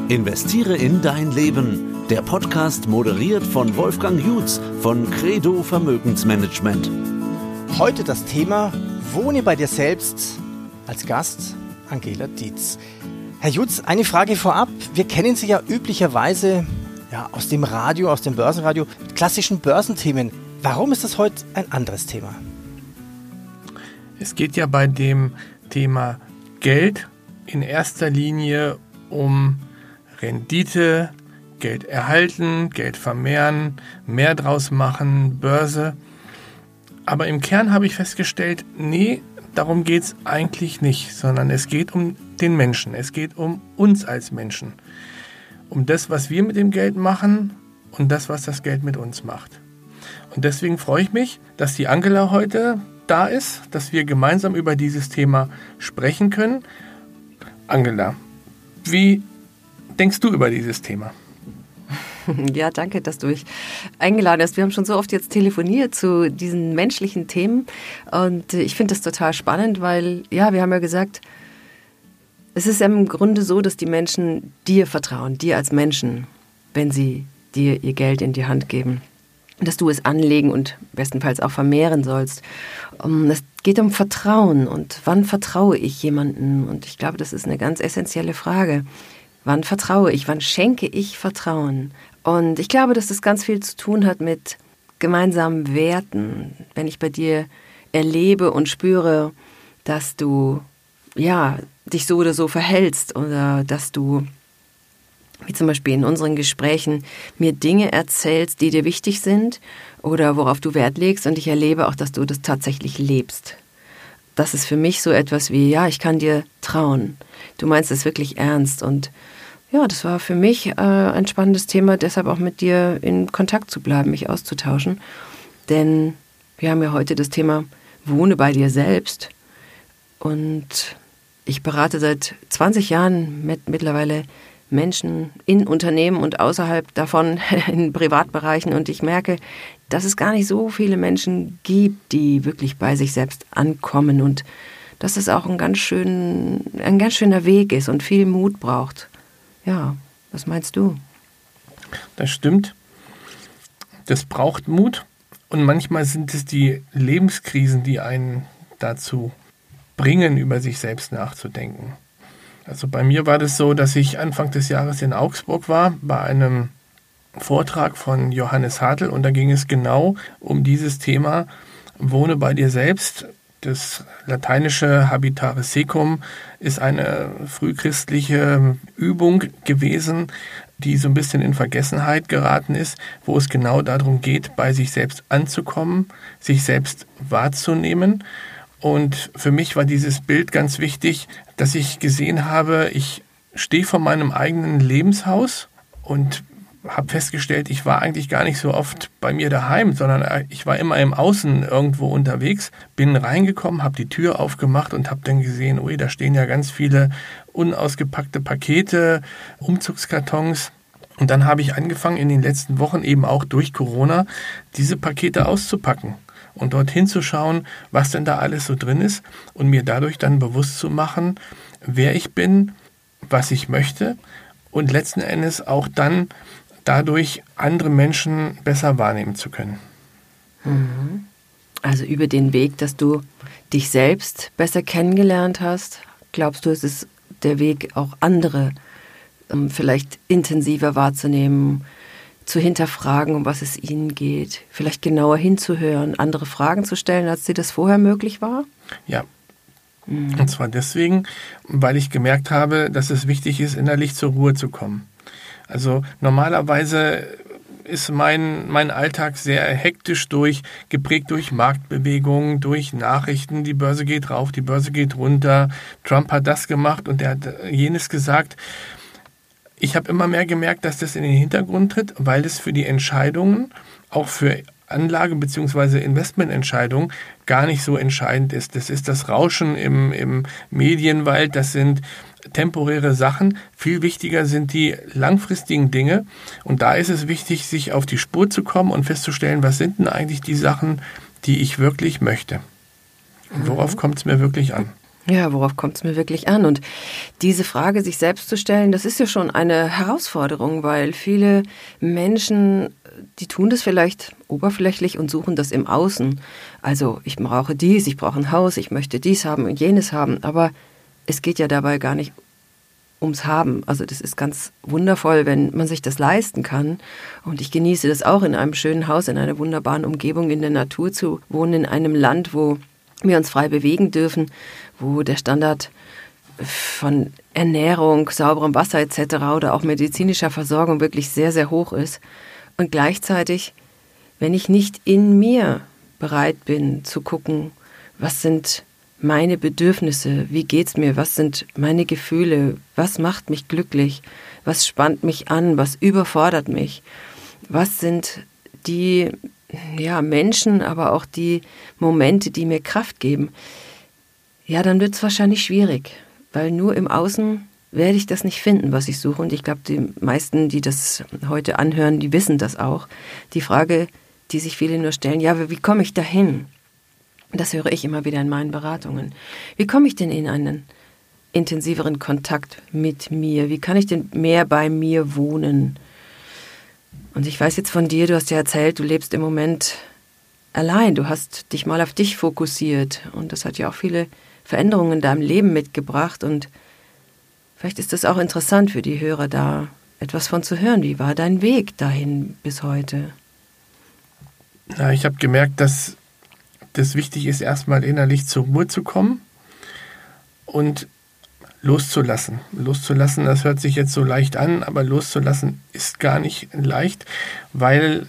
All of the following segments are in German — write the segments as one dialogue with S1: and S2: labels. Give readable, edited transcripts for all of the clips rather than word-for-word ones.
S1: Investiere in dein Leben. Der Podcast moderiert von Wolfgang Jutz von Credo Vermögensmanagement.
S2: Heute das Thema Wohne bei dir selbst. Als Gast Angela Dietz. Herr Jutz, eine Frage vorab. Wir kennen Sie ja üblicherweise aus dem Radio, aus dem Börsenradio, klassischen Börsenthemen. Warum ist das heute ein anderes Thema?
S3: Es geht ja bei dem Thema Geld in erster Linie um Rendite, Geld erhalten, Geld vermehren, mehr draus machen, Börse. Aber im Kern habe ich festgestellt, nee, darum geht es eigentlich nicht, sondern es geht um den Menschen. Es geht um uns als Menschen. Um das, was wir mit dem Geld machen und das, was das Geld mit uns macht. Und deswegen freue ich mich, dass die Angela heute da ist, dass wir gemeinsam über dieses Thema sprechen können. Angela, wie denkst du über dieses Thema?
S4: Ja, danke, dass du mich eingeladen hast. Wir haben schon so oft jetzt telefoniert zu diesen menschlichen Themen und ich finde das total spannend, weil, wir haben ja gesagt, es ist ja im Grunde so, dass die Menschen dir vertrauen, dir als Menschen, wenn sie dir ihr Geld in die Hand geben, dass du es anlegen und bestenfalls auch vermehren sollst. Es geht um Vertrauen und wann vertraue ich jemandem? Und ich glaube, das ist eine ganz essentielle Frage. Wann vertraue ich? Wann schenke ich Vertrauen? Und ich glaube, dass das ganz viel zu tun hat mit gemeinsamen Werten. Wenn ich bei dir erlebe und spüre, dass du dich so oder so verhältst oder dass du, wie zum Beispiel in unseren Gesprächen, mir Dinge erzählst, die dir wichtig sind oder worauf du Wert legst und ich erlebe auch, dass du das tatsächlich lebst. Das ist für mich so etwas wie, ich kann dir trauen. Du meinst es wirklich ernst und das war für mich ein spannendes Thema, deshalb auch mit dir in Kontakt zu bleiben, mich auszutauschen. Denn wir haben ja heute das Thema Wohne bei dir selbst. Und ich berate seit 20 Jahren mittlerweile Menschen in Unternehmen und außerhalb davon in Privatbereichen. Und ich merke, dass es gar nicht so viele Menschen gibt, die wirklich bei sich selbst ankommen. Und dass es auch ein ganz schöner Weg ist und viel Mut braucht. Ja, was meinst du?
S3: Das stimmt. Das braucht Mut und manchmal sind es die Lebenskrisen, die einen dazu bringen, über sich selbst nachzudenken. Also bei mir war das so, dass ich Anfang des Jahres in Augsburg war, bei einem Vortrag von Johannes Hartl und da ging es genau um dieses Thema Wohne bei dir selbst. Das lateinische Habitare secum ist eine frühchristliche Übung gewesen, die so ein bisschen in Vergessenheit geraten ist, wo es genau darum geht, bei sich selbst anzukommen, sich selbst wahrzunehmen. Und für mich war dieses Bild ganz wichtig, dass ich gesehen habe, ich stehe vor meinem eigenen Lebenshaus und habe festgestellt, ich war eigentlich gar nicht so oft bei mir daheim, sondern ich war immer im Außen irgendwo unterwegs, bin reingekommen, habe die Tür aufgemacht und habe dann gesehen, da stehen ja ganz viele unausgepackte Pakete, Umzugskartons. Und dann habe ich angefangen, in den letzten Wochen eben auch durch Corona diese Pakete auszupacken und dorthin zu schauen, was denn da alles so drin ist und mir dadurch dann bewusst zu machen, wer ich bin, was ich möchte und letzten Endes auch dann dadurch andere Menschen besser wahrnehmen zu können.
S4: Also über den Weg, dass du dich selbst besser kennengelernt hast, glaubst du, es ist der Weg, auch andere vielleicht intensiver wahrzunehmen, zu hinterfragen, um was es ihnen geht, vielleicht genauer hinzuhören, andere Fragen zu stellen, als dir das vorher möglich war?
S3: Ja. Und zwar deswegen, weil ich gemerkt habe, dass es wichtig ist, innerlich zur Ruhe zu kommen. Also normalerweise ist mein Alltag sehr hektisch geprägt durch Marktbewegungen, durch Nachrichten. Die Börse geht rauf, die Börse geht runter. Trump hat das gemacht und er hat jenes gesagt. Ich habe immer mehr gemerkt, dass das in den Hintergrund tritt, weil es für die Entscheidungen, auch für Anlage- bzw. Investmententscheidungen gar nicht so entscheidend ist. Das ist das Rauschen im Medienwald, das sind temporäre Sachen. Viel wichtiger sind die langfristigen Dinge. Und da ist es wichtig, sich auf die Spur zu kommen und festzustellen, was sind denn eigentlich die Sachen, die ich wirklich möchte. Und worauf kommt es mir wirklich an?
S4: Ja, worauf kommt es mir wirklich an? Und diese Frage sich selbst zu stellen, das ist ja schon eine Herausforderung, weil viele Menschen, die tun das vielleicht oberflächlich und suchen das im Außen. Also ich brauche dies, ich brauche ein Haus, ich möchte dies haben und jenes haben. Aber es geht ja dabei gar nicht ums Haben. Also das ist ganz wundervoll, wenn man sich das leisten kann. Und ich genieße das auch, in einem schönen Haus, in einer wunderbaren Umgebung, in der Natur zu wohnen, in einem Land, wo wir uns frei bewegen dürfen, wo der Standard von Ernährung, sauberem Wasser etc. oder auch medizinischer Versorgung wirklich sehr, sehr hoch ist. Und gleichzeitig, wenn ich nicht in mir bereit bin zu gucken, was sind meine Bedürfnisse, wie geht's mir, was sind meine Gefühle, was macht mich glücklich, was spannt mich an, was überfordert mich, was sind die Menschen, aber auch die Momente, die mir Kraft geben, ja, dann wird es wahrscheinlich schwierig, weil nur im Außen werde ich das nicht finden, was ich suche. Und ich glaube, die meisten, die das heute anhören, die wissen das auch. Die Frage, die sich viele nur stellen, ja, wie komme ich dahin? Das höre ich immer wieder in meinen Beratungen. Wie komme ich denn in einen intensiveren Kontakt mit mir? Wie kann ich denn mehr bei mir wohnen? Und ich weiß jetzt von dir, du hast ja erzählt, du lebst im Moment allein. Du hast dich mal auf dich fokussiert. Und das hat ja auch viele Veränderungen in deinem Leben mitgebracht. Und vielleicht ist das auch interessant für die Hörer, da etwas von zu hören. Wie war dein Weg dahin bis heute?
S3: Ja, ich habe gemerkt, dass das wichtig ist, erstmal innerlich zur Ruhe zu kommen und loszulassen. Loszulassen, das hört sich jetzt so leicht an, aber loszulassen ist gar nicht leicht, weil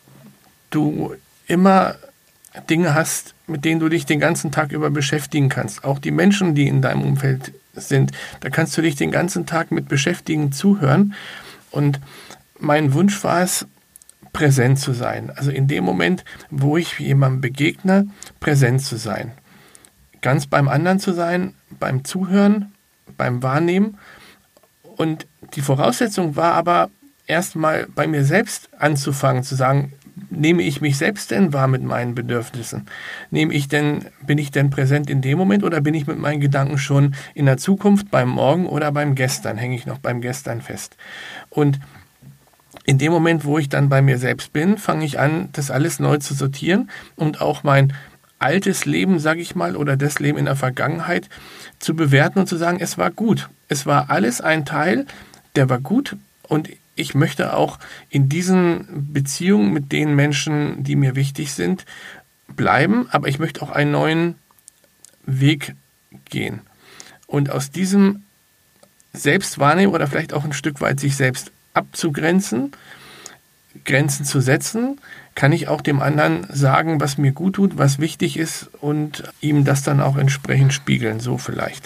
S3: du immer Dinge hast, mit denen du dich den ganzen Tag über beschäftigen kannst. Auch die Menschen, die in deinem Umfeld sind, da kannst du dich den ganzen Tag mit beschäftigen, zuhören. Und mein Wunsch war es, präsent zu sein. Also in dem Moment, wo ich jemandem begegne, präsent zu sein. Ganz beim anderen zu sein, beim Zuhören, beim Wahrnehmen. Und die Voraussetzung war aber erstmal bei mir selbst anzufangen, zu sagen, nehme ich mich selbst denn wahr mit meinen Bedürfnissen? Bin ich denn präsent in dem Moment oder bin ich mit meinen Gedanken schon in der Zukunft, beim Morgen oder beim Gestern? Hänge ich noch beim Gestern fest? Und in dem Moment, wo ich dann bei mir selbst bin, fange ich an, das alles neu zu sortieren und auch mein altes Leben, sage ich mal, oder das Leben in der Vergangenheit zu bewerten und zu sagen, es war gut. Es war alles ein Teil, der war gut und ich möchte auch in diesen Beziehungen mit den Menschen, die mir wichtig sind, bleiben, aber ich möchte auch einen neuen Weg gehen. Und aus diesem Selbstwahrnehmen oder vielleicht auch ein Stück weit sich selbst abzugrenzen, Grenzen zu setzen, kann ich auch dem anderen sagen, was mir gut tut, was wichtig ist und ihm das dann auch entsprechend spiegeln, so vielleicht.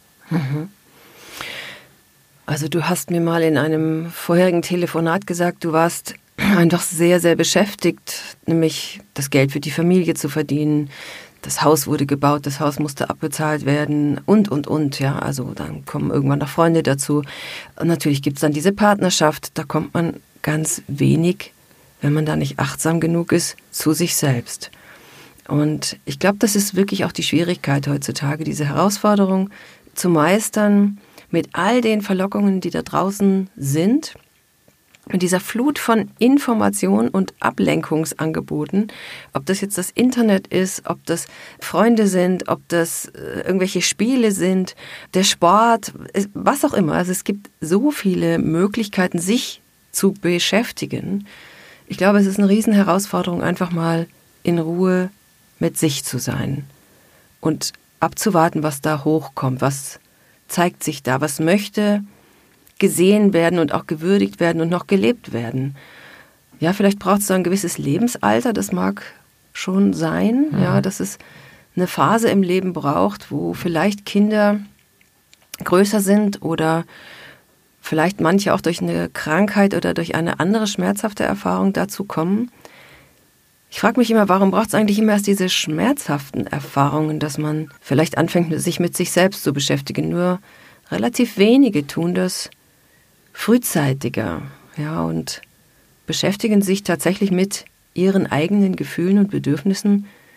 S4: Also du hast mir mal in einem vorherigen Telefonat gesagt, du warst einfach sehr, sehr beschäftigt, nämlich das Geld für die Familie zu verdienen. Das Haus wurde gebaut, das Haus musste abbezahlt werden und, ja. Also dann kommen irgendwann noch Freunde dazu. Und natürlich gibt es dann diese Partnerschaft, da kommt man ganz wenig, wenn man da nicht achtsam genug ist, zu sich selbst. Und ich glaube, das ist wirklich auch die Schwierigkeit heutzutage, diese Herausforderung zu meistern mit all den Verlockungen, die da draußen sind. Und dieser Flut von Informationen und Ablenkungsangeboten, ob das jetzt das Internet ist, ob das Freunde sind, ob das irgendwelche Spiele sind, der Sport, was auch immer. Also es gibt so viele Möglichkeiten, sich zu beschäftigen. Ich glaube, es ist eine Riesenherausforderung, einfach mal in Ruhe mit sich zu sein und abzuwarten, was da hochkommt, was zeigt sich da, was möchte gesehen werden und auch gewürdigt werden und noch gelebt werden. Ja, vielleicht braucht es so ein gewisses Lebensalter, das mag schon sein, ja, dass es eine Phase im Leben braucht, wo vielleicht Kinder größer sind oder vielleicht manche auch durch eine Krankheit oder durch eine andere schmerzhafte Erfahrung dazu kommen. Ich frage mich immer, warum braucht es eigentlich immer erst diese schmerzhaften Erfahrungen, dass man vielleicht anfängt, sich mit sich selbst zu beschäftigen. Nur relativ wenige tun das frühzeitiger, ja, und beschäftigen sich tatsächlich mit ihren eigenen Gefühlen und Bedürfnissen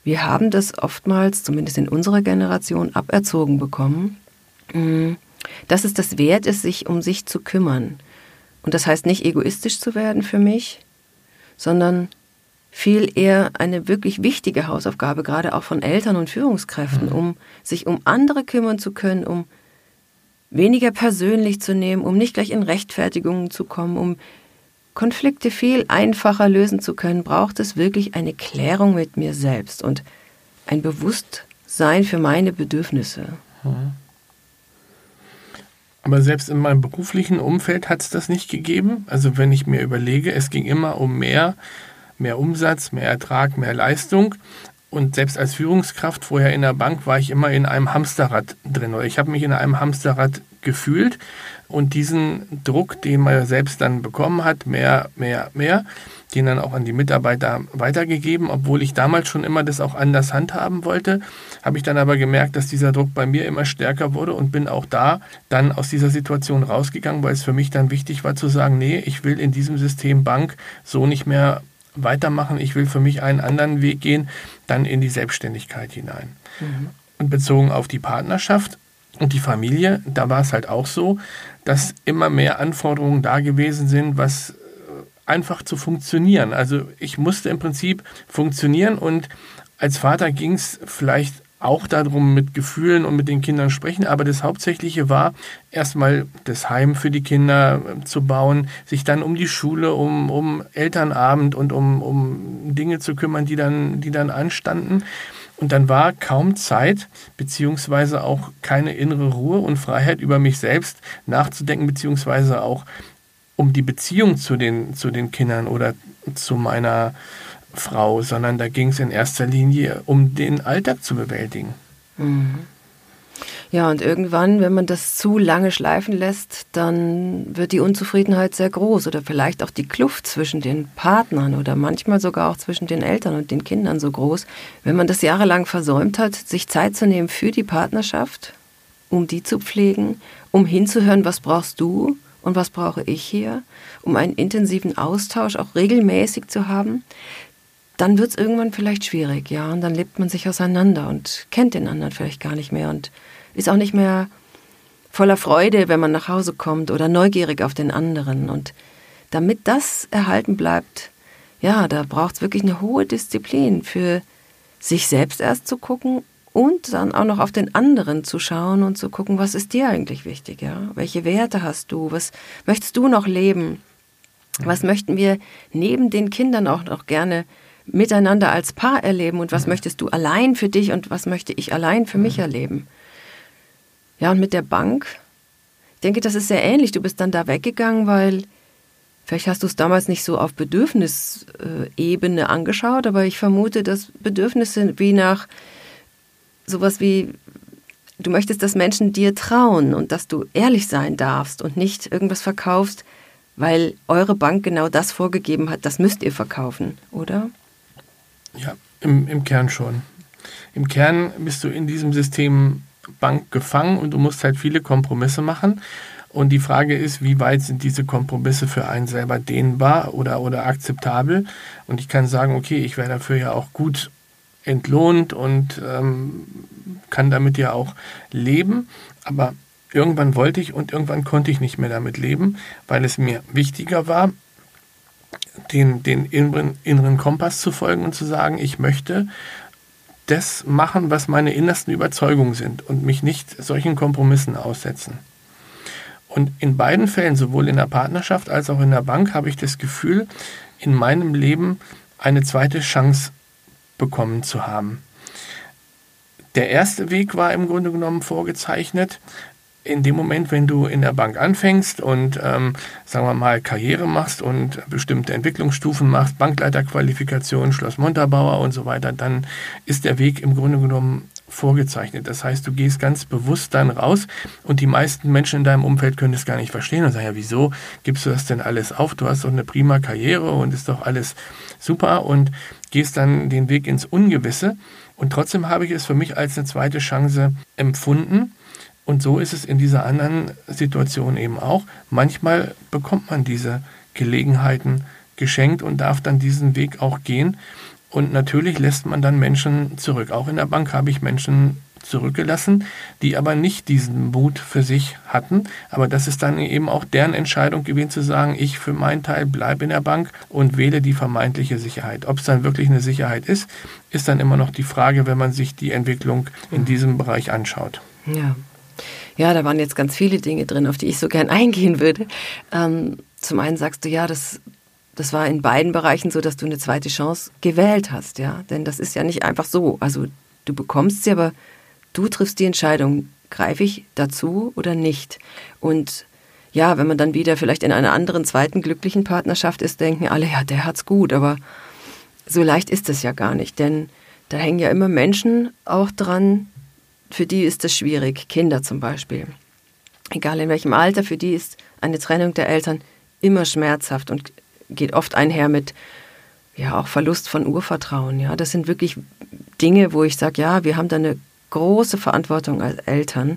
S4: wir haben das oftmals, zumindest in unserer Generation, aberzogen bekommen, dass es das wert ist, sich um sich zu kümmern. Und das heißt nicht egoistisch zu werden für mich, sondern viel eher eine wirklich wichtige Hausaufgabe, gerade auch von Eltern und Führungskräften, um sich um andere kümmern zu können, um weniger persönlich zu nehmen, um nicht gleich in Rechtfertigungen zu kommen, um Konflikte viel einfacher lösen zu können, braucht es wirklich eine Klärung mit mir selbst und ein Bewusstsein für meine Bedürfnisse.
S3: Aber selbst in meinem beruflichen Umfeld hat es das nicht gegeben. Also wenn ich mir überlege, es ging immer um mehr Umsatz, mehr Ertrag, mehr Leistung. Und selbst als Führungskraft vorher in der Bank war ich immer in einem Hamsterrad drin. Oder ich habe mich in einem Hamsterrad gefühlt. Und diesen Druck, den man selbst dann bekommen hat, mehr, den dann auch an die Mitarbeiter weitergegeben. Obwohl ich damals schon immer das auch anders handhaben wollte, habe ich dann aber gemerkt, dass dieser Druck bei mir immer stärker wurde und bin auch da dann aus dieser Situation rausgegangen, weil es für mich dann wichtig war zu sagen, nee, ich will in diesem System Bank so nicht mehr weitermachen. Ich will für mich einen anderen Weg gehen, dann in die Selbstständigkeit hinein. Und bezogen auf die Partnerschaft und die Familie, da war es halt auch so, dass immer mehr Anforderungen da gewesen sind, was einfach zu funktionieren. Also ich musste im Prinzip funktionieren und als Vater ging es vielleicht auch darum, mit Gefühlen und mit den Kindern sprechen, aber das Hauptsächliche war, erstmal das Heim für die Kinder zu bauen, sich dann um die Schule, um Elternabend und um Dinge zu kümmern, die dann anstanden. Und dann war kaum Zeit, beziehungsweise auch keine innere Ruhe und Freiheit über mich selbst nachzudenken, beziehungsweise auch um die Beziehung zu den Kindern oder zu meiner Frau, sondern da ging es in erster Linie um den Alltag zu bewältigen.
S4: Ja, und irgendwann, wenn man das zu lange schleifen lässt, dann wird die Unzufriedenheit sehr groß oder vielleicht auch die Kluft zwischen den Partnern oder manchmal sogar auch zwischen den Eltern und den Kindern so groß, wenn man das jahrelang versäumt hat, sich Zeit zu nehmen für die Partnerschaft, um die zu pflegen, um hinzuhören, was brauchst du und was brauche ich hier, um einen intensiven Austausch auch regelmäßig zu haben, dann wird es irgendwann vielleicht schwierig, ja, und dann lebt man sich auseinander und kennt den anderen vielleicht gar nicht mehr und ist auch nicht mehr voller Freude, wenn man nach Hause kommt oder neugierig auf den anderen. Und damit das erhalten bleibt, ja, da braucht es wirklich eine hohe Disziplin für sich selbst erst zu gucken und dann auch noch auf den anderen zu schauen und zu gucken, was ist dir eigentlich wichtig, ja? Welche Werte hast du? Was möchtest du noch leben? Was möchten wir neben den Kindern auch noch gerne miteinander als Paar erleben und was möchtest du allein für dich und was möchte ich allein für mich erleben? Ja, und mit der Bank, ich denke, das ist sehr ähnlich. Du bist dann da weggegangen, weil vielleicht hast du es damals nicht so auf Bedürfnisebene angeschaut, aber ich vermute, dass Bedürfnisse wie nach sowas wie, du möchtest, dass Menschen dir trauen und dass du ehrlich sein darfst und nicht irgendwas verkaufst, weil eure Bank genau das vorgegeben hat, das müsst ihr verkaufen, oder?
S3: Ja, im Kern schon. Im Kern bist du in diesem System Bank gefangen und du musst halt viele Kompromisse machen. Und die Frage ist, wie weit sind diese Kompromisse für einen selber dehnbar oder akzeptabel? Und ich kann sagen, okay, ich werde dafür ja auch gut entlohnt und kann damit ja auch leben. Aber irgendwann wollte ich und irgendwann konnte ich nicht mehr damit leben, weil es mir wichtiger war, den inneren Kompass zu folgen und zu sagen, ich möchte das machen, was meine innersten Überzeugungen sind und mich nicht solchen Kompromissen aussetzen. Und in beiden Fällen, sowohl in der Partnerschaft als auch in der Bank, habe ich das Gefühl, in meinem Leben eine zweite Chance bekommen zu haben. Der erste Weg war im Grunde genommen vorgezeichnet. In dem Moment, wenn du in der Bank anfängst und, sagen wir mal, Karriere machst und bestimmte Entwicklungsstufen machst, Bankleiterqualifikation, Schloss Montabaur und so weiter, dann ist der Weg im Grunde genommen vorgezeichnet. Das heißt, du gehst ganz bewusst dann raus und die meisten Menschen in deinem Umfeld können das gar nicht verstehen und sagen, ja, wieso gibst du das denn alles auf? Du hast doch eine prima Karriere und ist doch alles super und gehst dann den Weg ins Ungewisse. Und trotzdem habe ich es für mich als eine zweite Chance empfunden. Und so ist es in dieser anderen Situation eben auch. Manchmal bekommt man diese Gelegenheiten geschenkt und darf dann diesen Weg auch gehen. Und natürlich lässt man dann Menschen zurück. Auch in der Bank habe ich Menschen zurückgelassen, die aber nicht diesen Mut für sich hatten. Aber das ist dann eben auch deren Entscheidung gewesen, zu sagen, ich für meinen Teil bleibe in der Bank und wähle die vermeintliche Sicherheit. Ob es dann wirklich eine Sicherheit ist, ist dann immer noch die Frage, wenn man sich die Entwicklung in diesem Bereich anschaut.
S4: Ja, da waren jetzt ganz viele Dinge drin, auf die ich so gern eingehen würde. Zum einen sagst du, ja, das war in beiden Bereichen so, dass du eine zweite Chance gewählt hast, ja. Denn das ist ja nicht einfach so. Also du bekommst sie, aber du triffst die Entscheidung, greife ich dazu oder nicht. Und ja, wenn man dann wieder vielleicht in einer anderen zweiten glücklichen Partnerschaft ist, denken alle, ja, der hat's gut. Aber so leicht ist es ja gar nicht, denn da hängen ja immer Menschen auch dran, für die ist es schwierig. Kinder zum Beispiel. Egal in welchem Alter, für die ist eine Trennung der Eltern immer schmerzhaft und geht oft einher mit ja auch Verlust von Urvertrauen. Ja, das sind wirklich Dinge, wo ich sage, ja, wir haben da eine große Verantwortung als Eltern,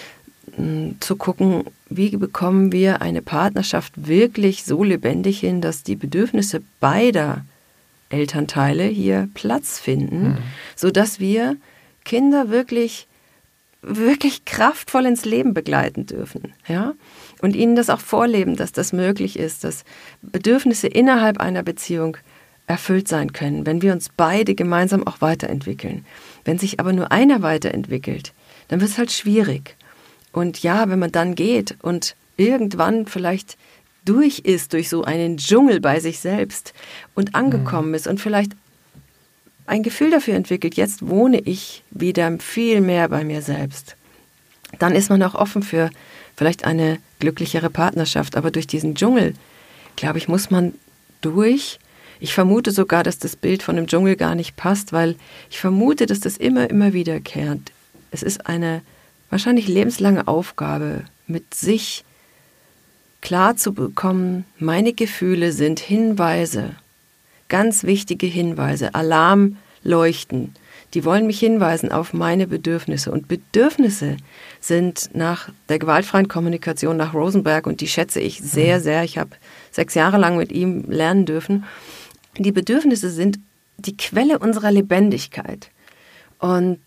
S4: zu gucken, wie bekommen wir eine Partnerschaft wirklich so lebendig hin, dass die Bedürfnisse beider Elternteile hier Platz finden, sodass wir Kinder wirklich kraftvoll ins Leben begleiten dürfen, ja, und ihnen das auch vorleben, dass das möglich ist, dass Bedürfnisse innerhalb einer Beziehung erfüllt sein können, wenn wir uns beide gemeinsam auch weiterentwickeln. Wenn sich aber nur einer weiterentwickelt, dann wird es halt schwierig. Und ja, wenn man dann geht und irgendwann vielleicht durch ist, durch so einen Dschungel bei sich selbst und angekommen ist und vielleicht ein Gefühl dafür entwickelt, jetzt wohne ich wieder viel mehr bei mir selbst, dann ist man auch offen für vielleicht eine glücklichere Partnerschaft. Aber durch diesen Dschungel, glaube ich, muss man durch. Ich vermute sogar, dass das Bild von dem Dschungel gar nicht passt, weil ich vermute, dass das immer wiederkehrt. Es ist eine wahrscheinlich lebenslange Aufgabe, mit sich klar zu bekommen, meine Gefühle sind Hinweise, ganz wichtige Hinweise, Alarmleuchten. Die wollen mich hinweisen auf meine Bedürfnisse. Und Bedürfnisse sind nach der gewaltfreien Kommunikation nach Rosenberg, und die schätze ich sehr, sehr. Ich habe 6 Jahre lang mit ihm lernen dürfen. Die Bedürfnisse sind die Quelle unserer Lebendigkeit. Und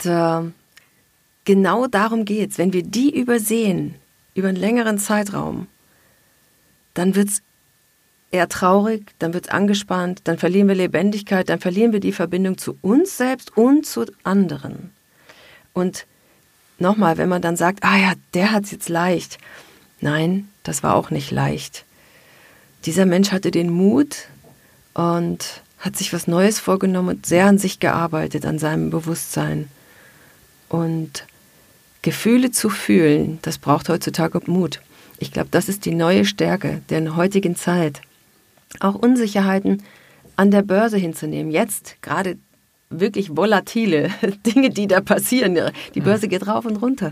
S4: genau darum geht's. Wenn wir die übersehen, über einen längeren Zeitraum, dann wird's eher traurig, dann wird's angespannt, dann verlieren wir Lebendigkeit, dann verlieren wir die Verbindung zu uns selbst und zu anderen. Und nochmal, wenn man dann sagt, ah ja, der hat's jetzt leicht. Nein, das war auch nicht leicht. Dieser Mensch hatte den Mut und hat sich was Neues vorgenommen und sehr an sich gearbeitet, an seinem Bewusstsein. Und Gefühle zu fühlen, das braucht heutzutage Mut. Ich glaube, das ist die neue Stärke der heutigen Zeit. Auch Unsicherheiten an der Börse hinzunehmen. Jetzt gerade wirklich volatile Dinge, die da passieren. Die Börse geht rauf und runter.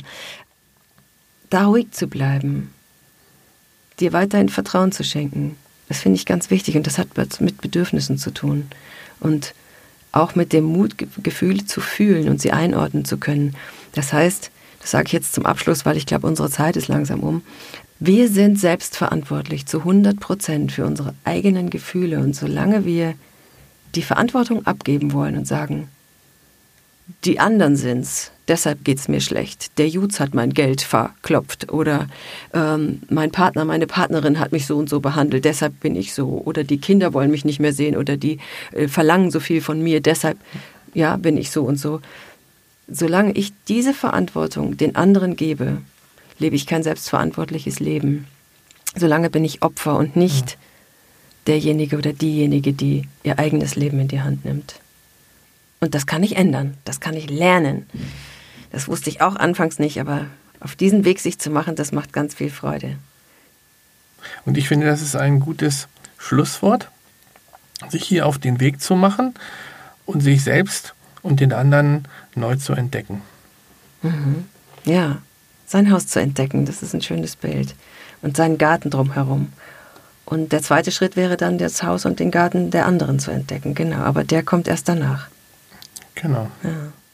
S4: Da ruhig zu bleiben. Dir weiterhin Vertrauen zu schenken. Das finde ich ganz wichtig. Und das hat mit Bedürfnissen zu tun. Und auch mit dem Mut, Gefühle zu fühlen und sie einordnen zu können. Das heißt, das sage ich jetzt zum Abschluss, weil ich glaube, unsere Zeit ist langsam um. Wir sind selbstverantwortlich zu 100% für unsere eigenen Gefühle. Und solange wir die Verantwortung abgeben wollen und sagen, die anderen sind's, deshalb geht's mir schlecht. Der Jutz hat mein Geld verklopft oder mein Partner, meine Partnerin hat mich so und so behandelt, deshalb bin ich so. Oder die Kinder wollen mich nicht mehr sehen oder die verlangen so viel von mir, deshalb ja, bin ich so und so. Solange ich diese Verantwortung den anderen gebe, lebe ich kein selbstverantwortliches Leben. Solange bin ich Opfer und nicht derjenige oder diejenige, die ihr eigenes Leben in die Hand nimmt. Und das kann ich ändern, das kann ich lernen. Das wusste ich auch anfangs nicht, aber auf diesen Weg sich zu machen, das macht ganz viel Freude.
S3: Und ich finde, das ist ein gutes Schlusswort, sich hier auf den Weg zu machen und sich selbst und den anderen neu zu entdecken.
S4: Ja, sein Haus zu entdecken, das ist ein schönes Bild. Und seinen Garten drumherum. Und der zweite Schritt wäre dann, das Haus und den Garten der anderen zu entdecken. Genau, aber der kommt erst danach.
S3: Genau.
S4: Ja.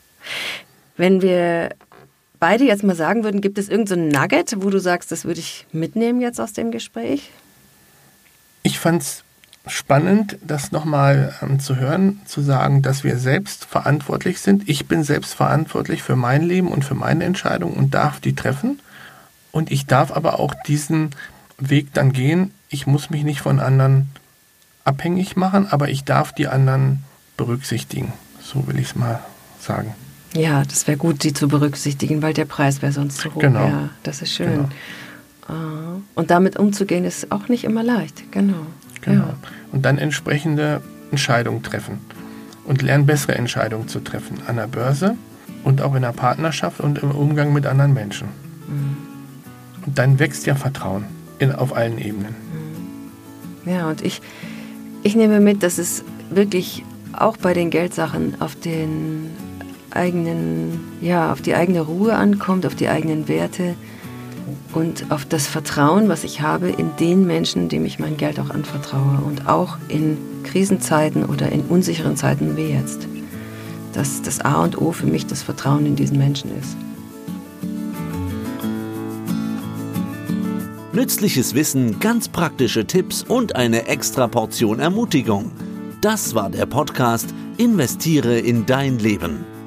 S4: Wenn wir beide jetzt mal sagen würden, gibt es irgendein Nugget, wo du sagst, das würde ich mitnehmen jetzt aus dem Gespräch?
S3: Ich fand es spannend, das nochmal zu hören, zu sagen, dass wir selbst verantwortlich sind. Ich bin selbst verantwortlich für mein Leben und für meine Entscheidung und darf die treffen. Und ich darf aber auch diesen Weg dann gehen. Ich muss mich nicht von anderen abhängig machen, aber ich darf die anderen berücksichtigen. So will ich es mal sagen.
S4: Ja, das wäre gut, die zu berücksichtigen, weil der Preis wäre sonst zu hoch.
S3: Genau.
S4: Ja, das ist schön. Genau. Und damit umzugehen ist auch nicht immer leicht. Genau. Ja.
S3: Und dann entsprechende Entscheidungen treffen und lernen, bessere Entscheidungen zu treffen an der Börse und auch in der Partnerschaft und im Umgang mit anderen Menschen. Und dann wächst ja Vertrauen auf allen Ebenen.
S4: Ja, und ich nehme mit, dass es wirklich auch bei den Geldsachen auf die eigene Ruhe ankommt, auf die eigenen Werte und auf das Vertrauen, was ich habe in den Menschen, dem ich mein Geld auch anvertraue und auch in Krisenzeiten oder in unsicheren Zeiten wie jetzt. Dass das A und O für mich das Vertrauen in diesen Menschen ist.
S1: Nützliches Wissen, ganz praktische Tipps und eine extra Portion Ermutigung. Das war der Podcast Investiere in dein Leben.